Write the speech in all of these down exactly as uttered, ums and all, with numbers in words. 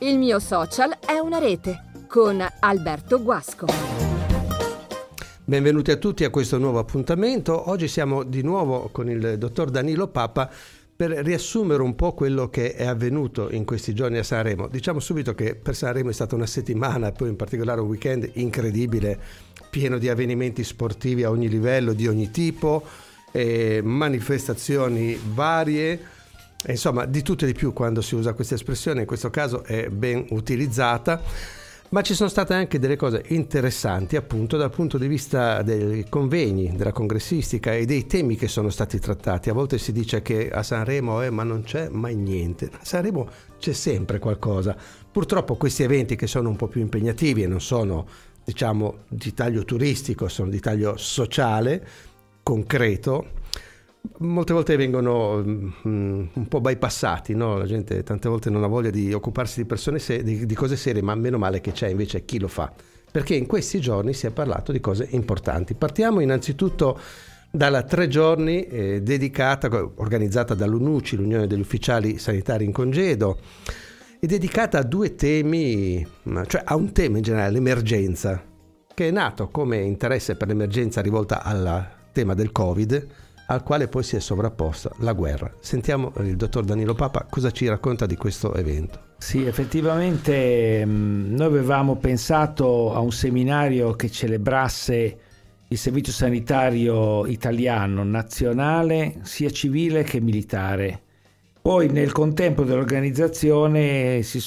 Il mio social è una rete con Alberto Guasco. Benvenuti a tutti a questo nuovo appuntamento. Oggi siamo di nuovo con il dottor Danilo Papa per riassumere un po' quello che è avvenuto in questi giorni a Sanremo. Diciamo subito che per Sanremo è stata una settimana e poi in particolare un weekend incredibile, pieno di avvenimenti sportivi a ogni livello, di ogni tipo, eh, manifestazioni varie, insomma di tutto e di più quando si usa questa espressione, in questo caso è ben utilizzata. Ma ci sono state anche delle cose interessanti appunto dal punto di vista dei convegni, della congressistica e dei temi che sono stati trattati. A volte si dice che a Sanremo eh, ma non c'è mai niente. A Sanremo c'è sempre qualcosa. Purtroppo questi eventi che sono un po' più impegnativi e non sono, diciamo, di taglio turistico, sono di taglio sociale, concreto, molte volte vengono mm, un po' bypassati, no? La gente tante volte non ha voglia di occuparsi di persone se- di, di cose serie, ma meno male che c'è invece chi lo fa, perché in questi giorni si è parlato di cose importanti. Partiamo innanzitutto dalla tre giorni eh, dedicata, organizzata dall'U N U C I, l'Unione degli Ufficiali Sanitari in Congedo, e dedicata a due temi, cioè a un tema in generale, l'emergenza, che è nato come interesse per l'emergenza rivolta al tema del Covid, al quale poi si è sovrapposta la guerra. Sentiamo il dottor Danilo Papa cosa ci racconta di questo evento. Sì, effettivamente mh, noi avevamo pensato a un seminario che celebrasse il servizio sanitario italiano, nazionale, sia civile che militare. Poi nel contempo dell'organizzazione si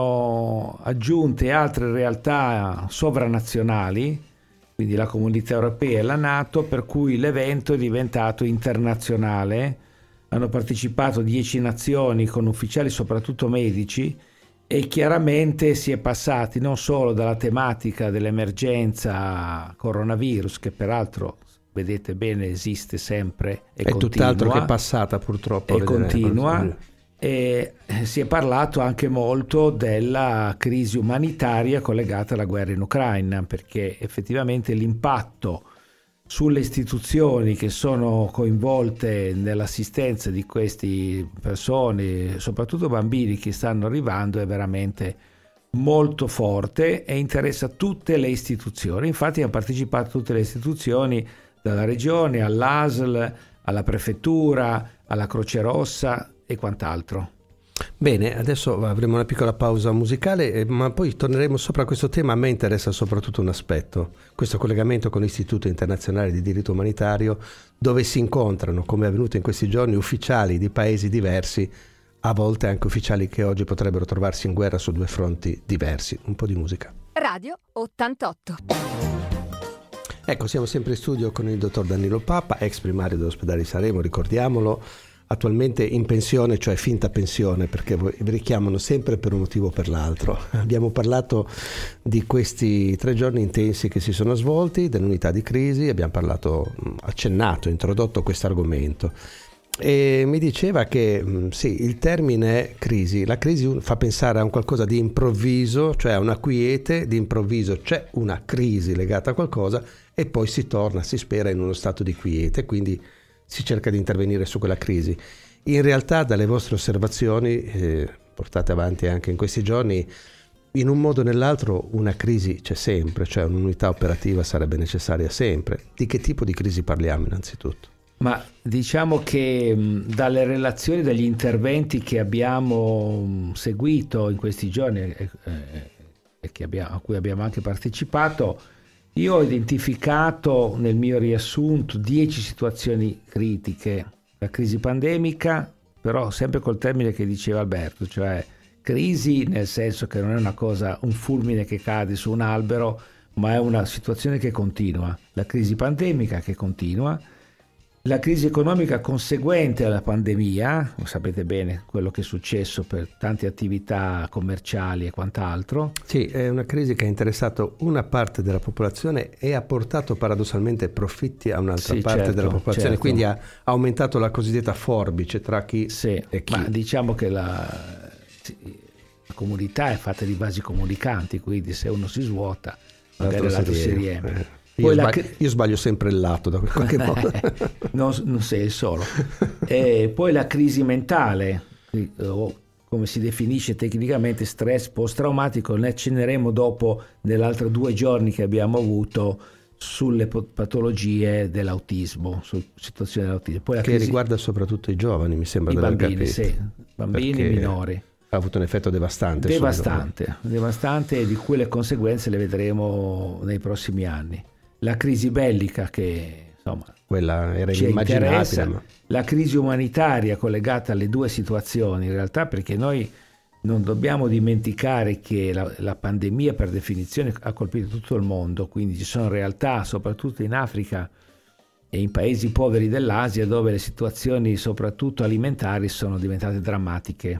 sono aggiunte altre realtà sovranazionali, quindi la Comunità Europea e la NATO, per cui l'evento è diventato internazionale. Hanno partecipato dieci nazioni con ufficiali, soprattutto medici, e chiaramente si è passati non solo dalla tematica dell'emergenza coronavirus, che peraltro vedete bene esiste sempre e è continua, tutt'altro che passata purtroppo e continua. E si è parlato anche molto della crisi umanitaria collegata alla guerra in Ucraina, perché effettivamente l'impatto sulle istituzioni che sono coinvolte nell'assistenza di queste persone, soprattutto bambini che stanno arrivando, è veramente molto forte e interessa tutte le istituzioni. Infatti hanno partecipato tutte le istituzioni, dalla regione all'A S L, alla prefettura, alla Croce Rossa e quant'altro. Bene, adesso avremo una piccola pausa musicale, ma poi torneremo sopra questo tema. A me interessa soprattutto un aspetto, questo collegamento con l'Istituto Internazionale di Diritto Umanitario, dove si incontrano, come è avvenuto in questi giorni, ufficiali di paesi diversi, a volte anche ufficiali che oggi potrebbero trovarsi in guerra su due fronti diversi. Un po' di musica. Radio ottantotto. Ecco, siamo sempre in studio con il dottor Danilo Papa, ex primario dell'ospedale di Sanremo, ricordiamolo, attualmente in pensione, cioè finta pensione, perché vi richiamano sempre per un motivo o per l'altro. Abbiamo parlato di questi tre giorni intensi che si sono svolti, dell'unità di crisi, abbiamo parlato, accennato, introdotto questo argomento. E mi diceva che sì, il termine è crisi. La crisi fa pensare a un qualcosa di improvviso, cioè a una quiete, di improvviso c'è una crisi legata a qualcosa e poi si torna, si spera, in uno stato di quiete, quindi si cerca di intervenire su quella crisi. In realtà, dalle vostre osservazioni eh, portate avanti anche in questi giorni, in un modo o nell'altro una crisi c'è sempre, cioè un'unità operativa sarebbe necessaria sempre. Di che tipo di crisi parliamo innanzitutto? Ma diciamo che mh, dalle relazioni, dagli interventi che abbiamo mh, seguito in questi giorni e eh, eh, che abbiamo, a cui abbiamo anche partecipato, io ho identificato nel mio riassunto dieci situazioni critiche. La crisi pandemica, però sempre col termine che diceva Alberto, cioè crisi nel senso che non è una cosa, un fulmine che cade su un albero, ma è una situazione che continua. La crisi pandemica che continua, la crisi economica conseguente alla pandemia, lo sapete bene quello che è successo per tante attività commerciali e quant'altro. Sì, è una crisi che ha interessato una parte della popolazione e ha portato paradossalmente profitti a un'altra sì, parte certo, della popolazione, certo. Quindi ha aumentato la cosiddetta forbice tra chi sì, e chi. Ma diciamo che la, la comunità è fatta di vasi comunicanti, quindi se uno si svuota magari l'altro si riempie. Eh. Io, Poi sbaglio, la... io sbaglio sempre il lato da qualche modo. non, non sei il solo. E poi la crisi mentale, come si definisce tecnicamente, stress post-traumatico. Ne accenneremo dopo nell'altro due giorni che abbiamo avuto sulle patologie dell'autismo, sulla situazione dell'autismo. Poi la che crisi... riguarda soprattutto i giovani, mi sembra I di aver bambini, capito. sì, bambini Perché minori. Ha avuto un effetto devastante. Devastante, devastante, e di cui le conseguenze le vedremo nei prossimi anni. La crisi bellica che insomma quella era ci inimmaginabile. interessa, Ma... la crisi umanitaria collegata alle due situazioni in realtà, perché noi non dobbiamo dimenticare che la, la pandemia per definizione ha colpito tutto il mondo, quindi ci sono realtà soprattutto in Africa e in paesi poveri dell'Asia dove le situazioni soprattutto alimentari sono diventate drammatiche.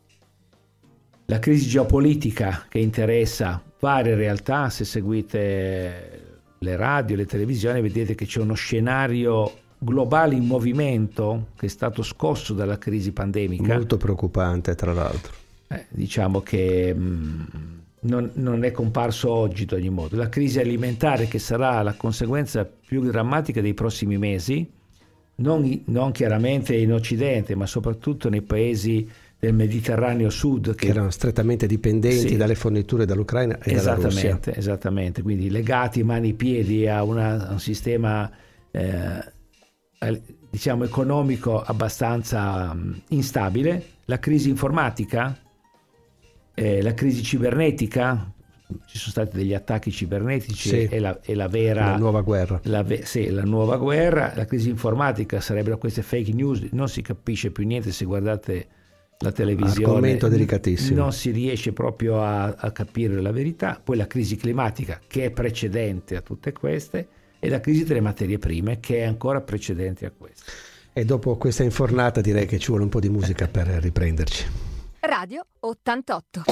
La crisi geopolitica che interessa varie realtà, se seguite le radio, le televisioni, vedete che c'è uno scenario globale in movimento che è stato scosso dalla crisi pandemica. Molto preoccupante, tra l'altro. Eh, diciamo che mh, non, non è comparso oggi ad ogni modo. La crisi alimentare, che sarà la conseguenza più drammatica dei prossimi mesi, non, non chiaramente in Occidente, ma soprattutto nei paesi del Mediterraneo Sud, che erano strettamente dipendenti sì. dalle forniture dall'Ucraina e dalla Russia. Esattamente, esattamente, quindi legati mani e piedi a, una, a un sistema eh, diciamo economico abbastanza mh, instabile. La crisi informatica, eh, la crisi cibernetica, ci sono stati degli attacchi cibernetici sì. e, la, e la vera la nuova guerra. La, sì, la nuova guerra. La crisi informatica sarebbero queste fake news, non si capisce più niente se guardate la televisione, argomento delicatissimo, non si riesce proprio a, a capire la verità. Poi la crisi climatica, che è precedente a tutte queste, e la crisi delle materie prime, che è ancora precedente a queste. E dopo questa infornata direi che ci vuole un po' di musica per riprenderci. Radio ottantotto.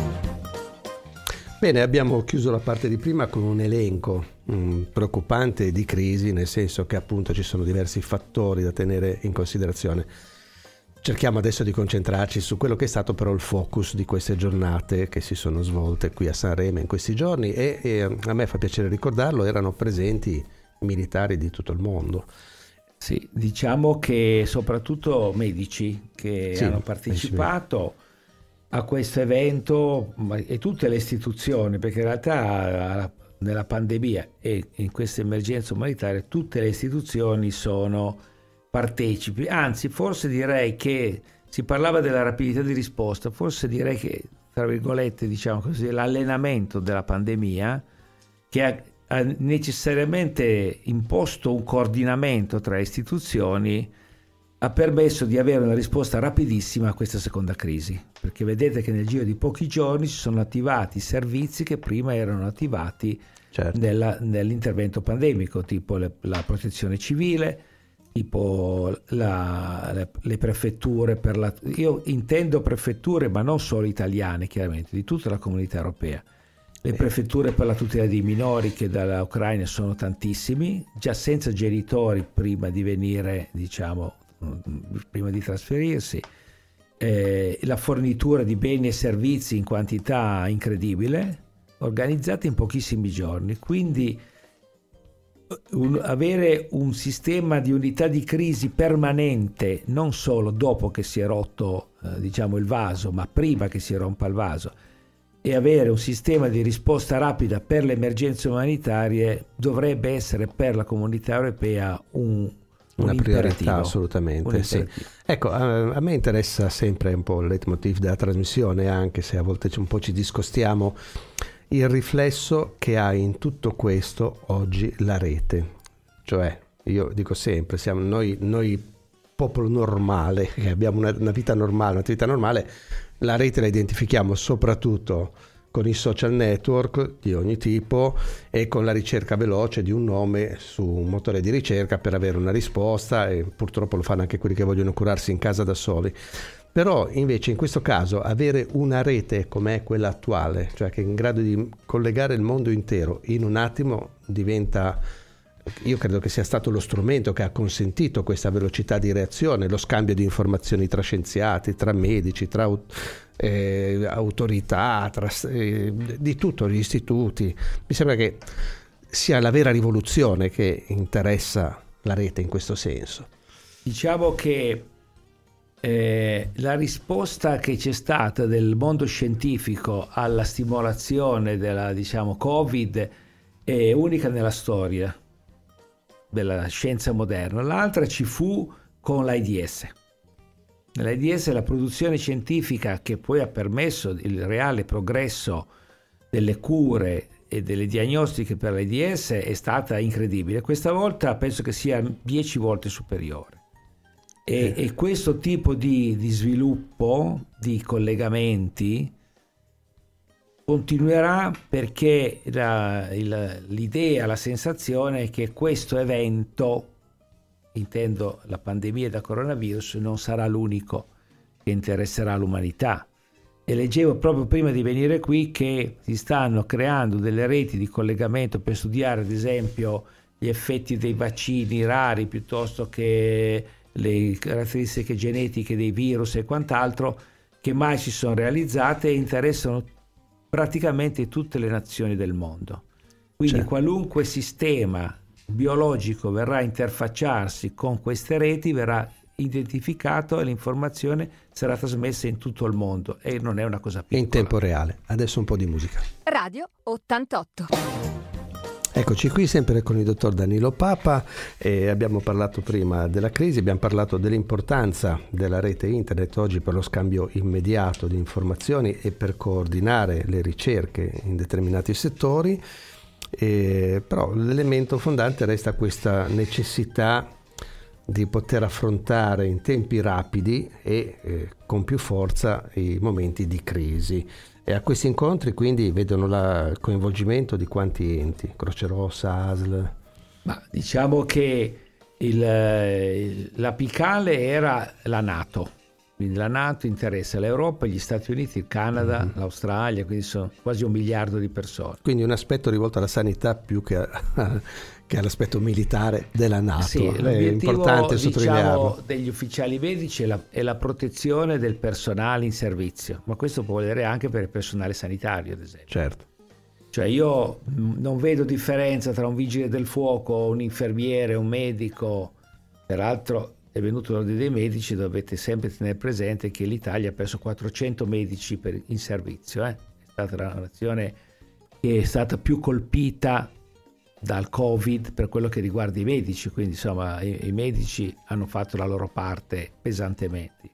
Bene, abbiamo chiuso la parte di prima con un elenco mh, preoccupante di crisi, nel senso che appunto ci sono diversi fattori da tenere in considerazione. Cerchiamo adesso di concentrarci su quello che è stato però il focus di queste giornate che si sono svolte qui a Sanremo in questi giorni e, e a me fa piacere ricordarlo, erano presenti militari di tutto il mondo. Sì, diciamo che soprattutto medici che sì, hanno partecipato a questo evento e tutte le istituzioni, perché in realtà nella pandemia e in questa emergenza umanitaria tutte le istituzioni sono partecipi, anzi forse direi che si parlava della rapidità di risposta, forse direi che tra virgolette diciamo così l'allenamento della pandemia che ha, ha necessariamente imposto un coordinamento tra istituzioni ha permesso di avere una risposta rapidissima a questa seconda crisi, perché vedete che nel giro di pochi giorni si sono attivati servizi che prima erano attivati certo. nella, nell'intervento pandemico, tipo le, la protezione civile, tipo la, le, le prefetture per la, io intendo prefetture ma non solo italiane, chiaramente di tutta la comunità europea, le prefetture per la tutela dei minori che dalla Ucraina sono tantissimi, già senza genitori prima di venire, diciamo prima di trasferirsi, eh, la fornitura di beni e servizi in quantità incredibile, organizzati in pochissimi giorni, quindi Un, avere un sistema di unità di crisi permanente, non solo dopo che si è rotto eh, diciamo il vaso, ma prima che si rompa il vaso, e avere un sistema di risposta rapida per le emergenze umanitarie dovrebbe essere per la comunità europea un, una un priorità, assolutamente. Sì. Ecco, a, a me interessa sempre un po' il leitmotiv della trasmissione, anche se a volte un po' ci discostiamo, il riflesso che ha in tutto questo oggi la rete. Cioè, io dico sempre, siamo noi, noi popolo normale, che abbiamo una, una vita normale, un'attività normale, la rete la identifichiamo soprattutto con i social network di ogni tipo e con la ricerca veloce di un nome su un motore di ricerca per avere una risposta, e purtroppo lo fanno anche quelli che vogliono curarsi in casa da soli. Però invece in questo caso avere una rete come è quella attuale, cioè che è in grado di collegare il mondo intero in un attimo, diventa, io credo che sia stato lo strumento che ha consentito questa velocità di reazione, lo scambio di informazioni tra scienziati, tra medici, tra eh, autorità, tra, eh, di tutto, gli istituti. Mi sembra che sia la vera rivoluzione che interessa la rete in questo senso. Diciamo che Eh, la risposta che c'è stata del mondo scientifico alla stimolazione della, diciamo, Covid è unica nella storia della scienza moderna. L'altra ci fu con l'AIDS. L'AIDS è la produzione scientifica che poi ha permesso il reale progresso delle cure e delle diagnostiche per l'AIDS, è stata incredibile. Questa volta penso che sia dieci volte superiore. E, e questo tipo di, di sviluppo, di collegamenti, continuerà perché la, il, l'idea, la sensazione è che questo evento, intendo la pandemia da coronavirus, non sarà l'unico che interesserà l'umanità. E leggevo proprio prima di venire qui che si stanno creando delle reti di collegamento per studiare, ad esempio, gli effetti dei vaccini rari piuttosto che le caratteristiche genetiche dei virus e quant'altro, che mai si sono realizzate e interessano praticamente tutte le nazioni del mondo. Quindi certo. Qualunque sistema biologico verrà a interfacciarsi con queste reti verrà identificato e l'informazione sarà trasmessa in tutto il mondo, e non è una cosa piccola. In tempo reale. Adesso un po' di musica. Radio ottantotto. Eccoci qui sempre con il dottor Danilo Papa e abbiamo parlato prima della crisi, abbiamo parlato dell'importanza della rete internet oggi per lo scambio immediato di informazioni e per coordinare le ricerche in determinati settori, e, però l'elemento fondante resta questa necessità di poter affrontare in tempi rapidi e eh, con più forza i momenti di crisi. E a questi incontri quindi vedono la, il coinvolgimento di quanti enti? Croce Rossa, A S L? Ma diciamo che il, l'apicale era la NATO, quindi la NATO interessa l'Europa, gli Stati Uniti, il Canada, mm-hmm. l'Australia, quindi sono quasi un miliardo di persone. Quindi un aspetto rivolto alla sanità più che, a, che all'aspetto militare della NATO. Sì, è importante sottolinearlo. Diciamo, degli ufficiali medici è la, è la protezione del personale in servizio, ma questo può valere anche per il personale sanitario, ad esempio. Certo. Cioè io non vedo differenza tra un vigile del fuoco, un infermiere, un medico. Peraltro è venuto l'ordine dei medici, dovete sempre tenere presente che l'Italia ha perso quattrocento medici per, in servizio. Eh? È stata la nazione che è stata più colpita dal Covid per quello che riguarda i medici, quindi insomma i, i medici hanno fatto la loro parte pesantemente.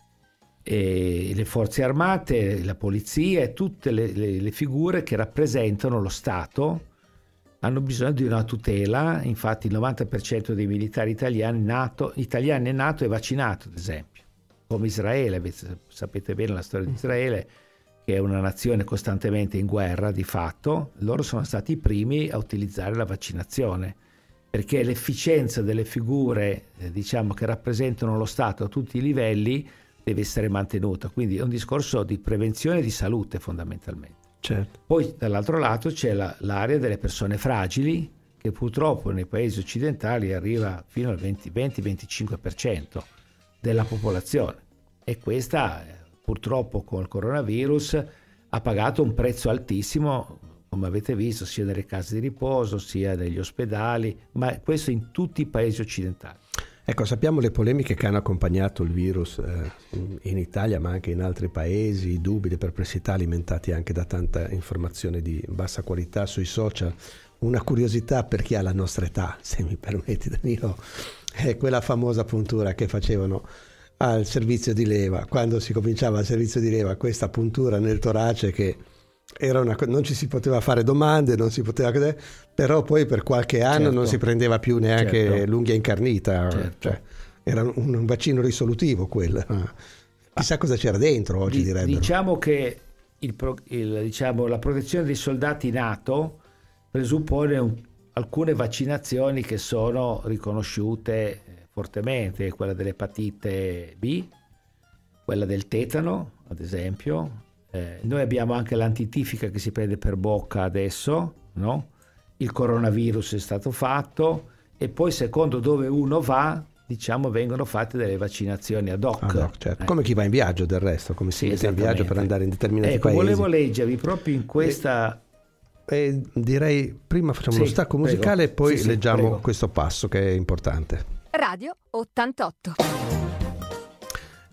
E le forze armate, la polizia e tutte le, le, le figure che rappresentano lo Stato hanno bisogno di una tutela. Infatti il novanta per cento dei militari italiani nato, italiani è nato e vaccinato, ad esempio, come Israele. Sapete bene la storia di Israele, che è una nazione costantemente in guerra di fatto. Loro sono stati i primi a utilizzare la vaccinazione, perché l'efficienza delle figure eh, diciamo che rappresentano lo Stato a tutti i livelli deve essere mantenuta. Quindi è un discorso di prevenzione e di salute fondamentalmente. Certo. Poi dall'altro lato c'è la, l'area delle persone fragili, che purtroppo nei paesi occidentali arriva fino al venti venticinque per cento della popolazione, e questa purtroppo con il coronavirus ha pagato un prezzo altissimo, come avete visto, sia nelle case di riposo sia negli ospedali, ma questo in tutti i paesi occidentali. Ecco, sappiamo le polemiche che hanno accompagnato il virus eh, in Italia ma anche in altri paesi, i dubbi, le perplessità alimentati anche da tanta informazione di bassa qualità sui social. Una curiosità per chi ha la nostra età, se mi permetti Danilo, è quella famosa puntura che facevano al servizio di leva, quando si cominciava al servizio di leva, questa puntura nel torace che era una, non ci si poteva fare domande, non si poteva, però poi per qualche anno certo. non si prendeva più neanche certo. l'unghia incarnita, certo. cioè, era un, un vaccino risolutivo quello. Chissà ah, cosa c'era dentro oggi, di, direbbero. Diciamo che il, il, diciamo, la protezione dei soldati NATO presuppone un, alcune vaccinazioni che sono riconosciute fortemente, quella dell'epatite B, quella del tetano, ad esempio. Eh, noi abbiamo anche l'antitifica che si prende per bocca adesso, no? Il coronavirus è stato fatto, e poi secondo dove uno va, diciamo, vengono fatte delle vaccinazioni ad hoc. Ad hoc certo. eh. Come chi va in viaggio del resto, come si sì, mette in viaggio per andare in determinati ecco, paesi. Volevo leggervi proprio in questa... Eh, eh, direi prima facciamo sì, uno stacco musicale prego. e poi sì, leggiamo sì, questo passo che è importante. Radio ottantotto.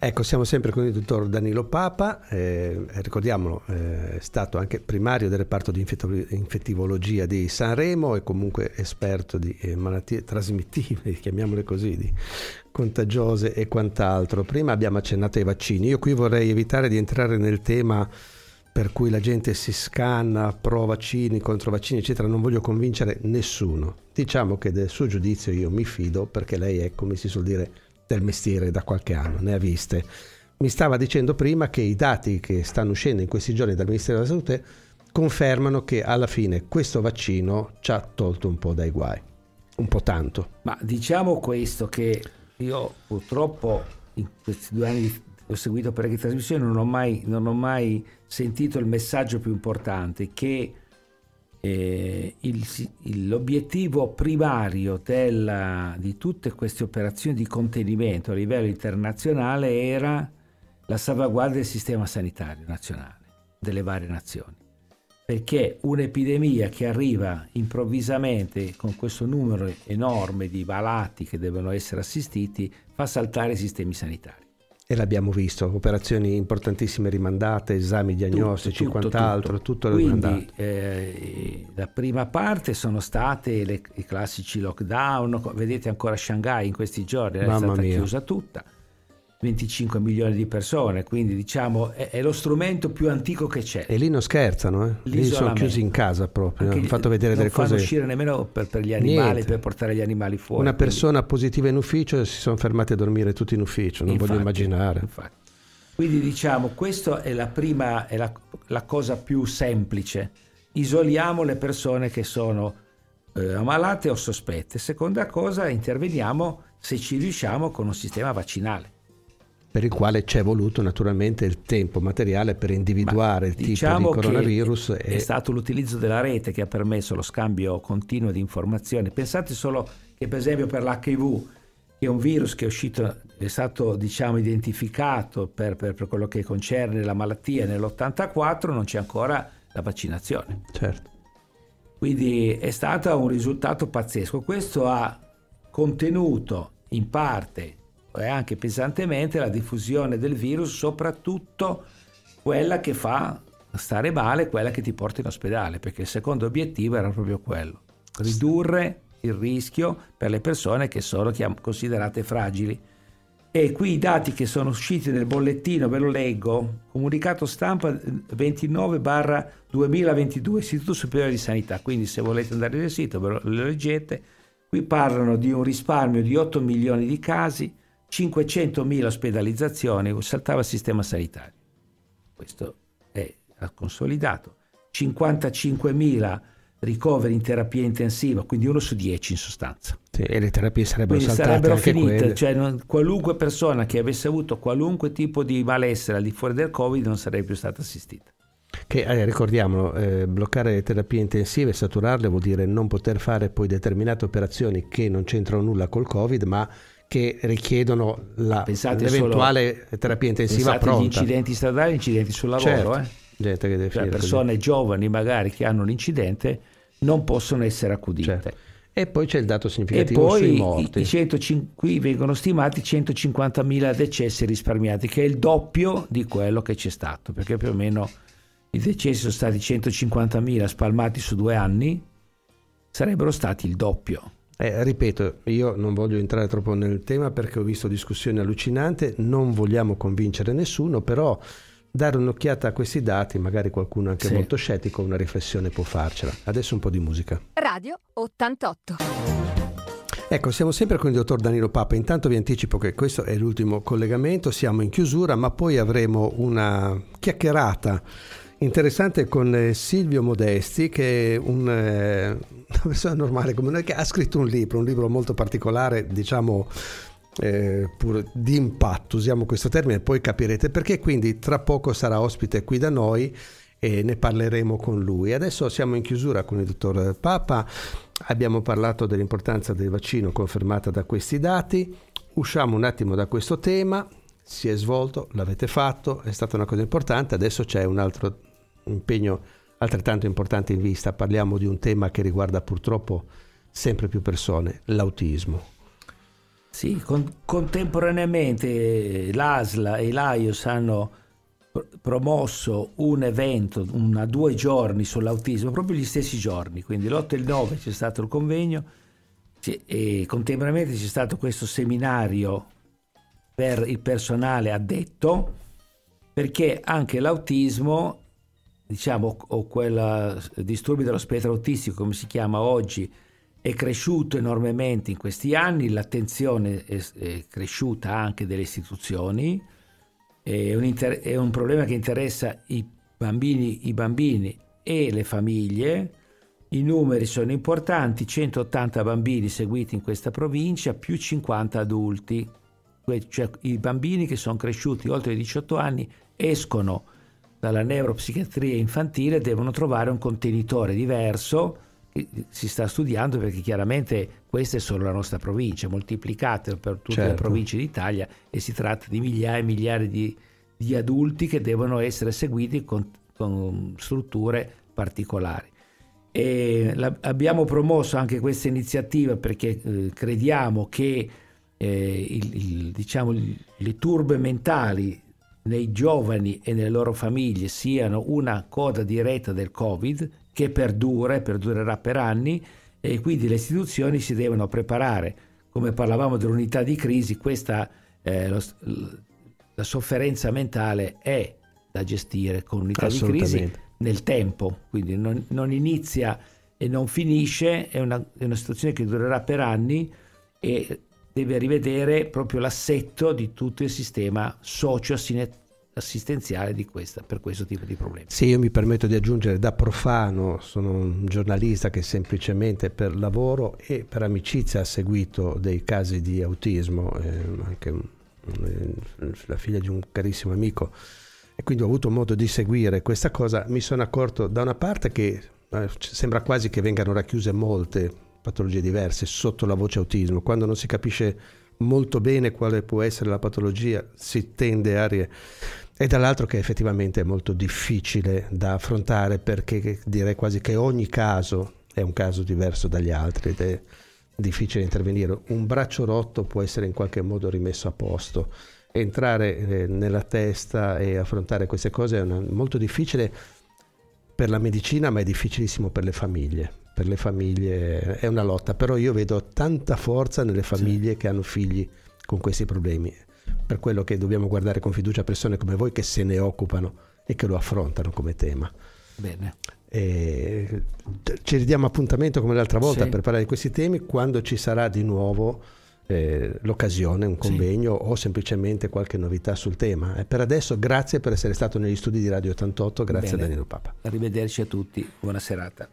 Ecco, siamo sempre con il dottor Danilo Papa, eh, ricordiamolo, eh, è stato anche primario del reparto di infettivologia di Sanremo e comunque esperto di eh, malattie trasmissive, chiamiamole così, di contagiose e quant'altro. Prima abbiamo accennato ai vaccini, io qui vorrei evitare di entrare nel tema per cui la gente si scanna pro vaccini, contro vaccini, eccetera, non voglio convincere nessuno. Diciamo che del suo giudizio io mi fido perché lei è, come si suol dire, del mestiere da qualche anno, ne ha viste. Mi stava dicendo prima che i dati che stanno uscendo in questi giorni dal Ministero della Salute confermano che alla fine questo vaccino ci ha tolto un po' dai guai, un po' tanto. Ma diciamo questo, che io purtroppo in questi due anni ho seguito parecchie trasmissioni, non ho mai, non ho mai sentito il messaggio più importante, che Eh, il, il, l'obiettivo primario della, di tutte queste operazioni di contenimento a livello internazionale era la salvaguardia del sistema sanitario nazionale delle varie nazioni, perché un'epidemia che arriva improvvisamente con questo numero enorme di malati che devono essere assistiti fa saltare i sistemi sanitari. E l'abbiamo visto, operazioni importantissime rimandate, esami diagnostici, tutto, tutto, quant'altro, tutto, tutto rimandato. Quindi eh, la prima parte sono state le, i classici lockdown, vedete ancora Shanghai in questi giorni è Mamma stata mia. chiusa tutta, venticinque milioni di persone, quindi diciamo è, è lo strumento più antico che c'è. E lì non scherzano, eh? Lì sono chiusi in casa proprio, Anche hanno fatto vedere delle cose. Non fanno uscire nemmeno per, per gli animali, Niente. per portare gli animali fuori. Una quindi... persona positiva in ufficio e si sono fermati a dormire tutti in ufficio, non infatti, voglio immaginare. Infatti. Quindi diciamo, questa è la prima, è la, la cosa più semplice. Isoliamo le persone che sono eh, ammalate o sospette. Seconda cosa, interveniamo se ci riusciamo con un sistema vaccinale. Per il quale c'è voluto naturalmente il tempo materiale per individuare Ma il diciamo tipo di coronavirus. Che e... È stato l'utilizzo della rete che ha permesso lo scambio continuo di informazioni. Pensate solo che per esempio per l'H I V, che è un virus che è uscito, è stato diciamo identificato per, per, per quello che concerne la malattia nell'ottantaquattro, non c'è ancora la vaccinazione. Certo. Quindi è stato un risultato pazzesco. Questo ha contenuto in parte e anche pesantemente la diffusione del virus, soprattutto quella che fa stare male, quella che ti porta in ospedale, perché il secondo obiettivo era proprio quello, ridurre il rischio per le persone che sono considerate fragili. E qui i dati che sono usciti nel bollettino, ve lo leggo, comunicato stampa ventinove barra duemilaventidue, Istituto Superiore di Sanità, quindi se volete andare nel sito ve lo, lo leggete. Qui parlano di un risparmio di otto milioni di casi, cinquecentomila ospedalizzazioni, saltava il sistema sanitario. Questo è consolidato. cinquantacinquemila ricoveri in terapia intensiva, quindi uno su dieci in sostanza. Sì, e le terapie sarebbero quindi saltate sarebbero anche finite, quelle. cioè non, qualunque persona che avesse avuto qualunque tipo di malessere al di fuori del Covid non sarebbe più stata assistita. Che eh, ricordiamolo, eh, bloccare le terapie intensive, saturarle vuol dire non poter fare poi determinate operazioni che non c'entrano nulla col Covid, ma che richiedono la, l'eventuale solo, terapia intensiva pronta. Gli incidenti stradali, gli incidenti sul lavoro, certo. eh? Gente che deve cioè, persone così. Giovani magari che hanno un incidente non possono essere accudite. Certo. E poi c'è il dato significativo e poi sui morti. I, i centocinque, qui vengono stimati centocinquantamila decessi risparmiati, che è il doppio di quello che c'è stato, perché più o meno i decessi sono stati centocinquantamila spalmati su due anni, sarebbero stati il doppio. Eh, ripeto, io non voglio entrare troppo nel tema perché ho visto discussioni allucinanti, non vogliamo convincere nessuno, però dare un'occhiata a questi dati, magari qualcuno anche sì. molto scettico, una riflessione può farcela. Adesso un po' di musica. Radio ottantotto. Ecco, siamo sempre con il dottor Danilo Papa. Intanto vi anticipo che questo è l'ultimo collegamento, siamo in chiusura, ma poi avremo una chiacchierata interessante con Silvio Modesti, che è un, eh, una persona normale come noi, che ha scritto un libro, un libro molto particolare, diciamo eh, pure di impatto, usiamo questo termine, poi capirete perché. Quindi tra poco sarà ospite qui da noi e ne parleremo con lui. Adesso siamo in chiusura con il dottor Papa, abbiamo parlato dell'importanza del vaccino confermata da questi dati, usciamo un attimo da questo tema, si è svolto, l'avete fatto, è stata una cosa importante, adesso c'è un altro impegno altrettanto importante in vista, parliamo di un tema che riguarda purtroppo sempre più persone, l'autismo. Sì, con, contemporaneamente l'A S L A e l'A I O S hanno pr- promosso un evento, una due giorni sull'autismo, proprio gli stessi giorni, quindi l'otto e il nove c'è stato il convegno e contemporaneamente c'è stato questo seminario per il personale addetto, perché anche l'autismo, diciamo, o quel disturbo dello spettro autistico come si chiama oggi, è cresciuto enormemente in questi anni, l'attenzione è, è cresciuta anche delle istituzioni, è un, inter- è un problema che interessa i bambini, i bambini e le famiglie. I numeri sono importanti, centottanta bambini seguiti in questa provincia, più cinquanta adulti, cioè i bambini che sono cresciuti oltre i diciotto anni escono dalla neuropsichiatria infantile, devono trovare un contenitore diverso. Si sta studiando, perché chiaramente questa è solo la nostra provincia, moltiplicate per tutte certo. le province d'Italia, e si tratta di migliaia e migliaia di, di adulti che devono essere seguiti con, con strutture particolari. E la, abbiamo promosso anche questa iniziativa perché eh, crediamo che eh, il, il, diciamo, le turbe mentali nei giovani e nelle loro famiglie siano una coda diretta del Covid, che perdura e perdurerà per anni, e quindi le istituzioni si devono preparare. Come parlavamo dell'unità di crisi, questa eh, lo, la sofferenza mentale è da gestire con unità di crisi nel tempo, quindi non, non inizia e non finisce, è una, è una situazione che durerà per anni e deve rivedere proprio l'assetto di tutto il sistema socio-assistenziale di questa, per questo tipo di problemi. Sì, io mi permetto di aggiungere, da profano, sono un giornalista che semplicemente per lavoro e per amicizia ha seguito dei casi di autismo, eh, anche un, un, la figlia di un carissimo amico, e quindi ho avuto modo di seguire questa cosa. Mi sono accorto da una parte che eh, sembra quasi che vengano racchiuse molte patologie diverse sotto la voce autismo. Quando non si capisce molto bene quale può essere la patologia si tende a rie... e dall'altro che effettivamente è molto difficile da affrontare, perché direi quasi che ogni caso è un caso diverso dagli altri ed è difficile intervenire. Un braccio rotto può essere in qualche modo rimesso a posto. Entrare eh, nella testa e affrontare queste cose è una, molto difficile per la medicina, ma è difficilissimo per le famiglie. Per le famiglie è una lotta, però io vedo tanta forza nelle famiglie sì. che hanno figli con questi problemi. Per quello che dobbiamo guardare con fiducia persone come voi che se ne occupano e che lo affrontano come tema. Bene. E ci ridiamo appuntamento come l'altra volta sì. per parlare di questi temi quando ci sarà di nuovo Eh, l'occasione, un convegno sì. o semplicemente qualche novità sul tema. E per adesso grazie per essere stato negli studi di Radio ottantotto, grazie. Bene. A Danilo Papa. Arrivederci a tutti, buona serata.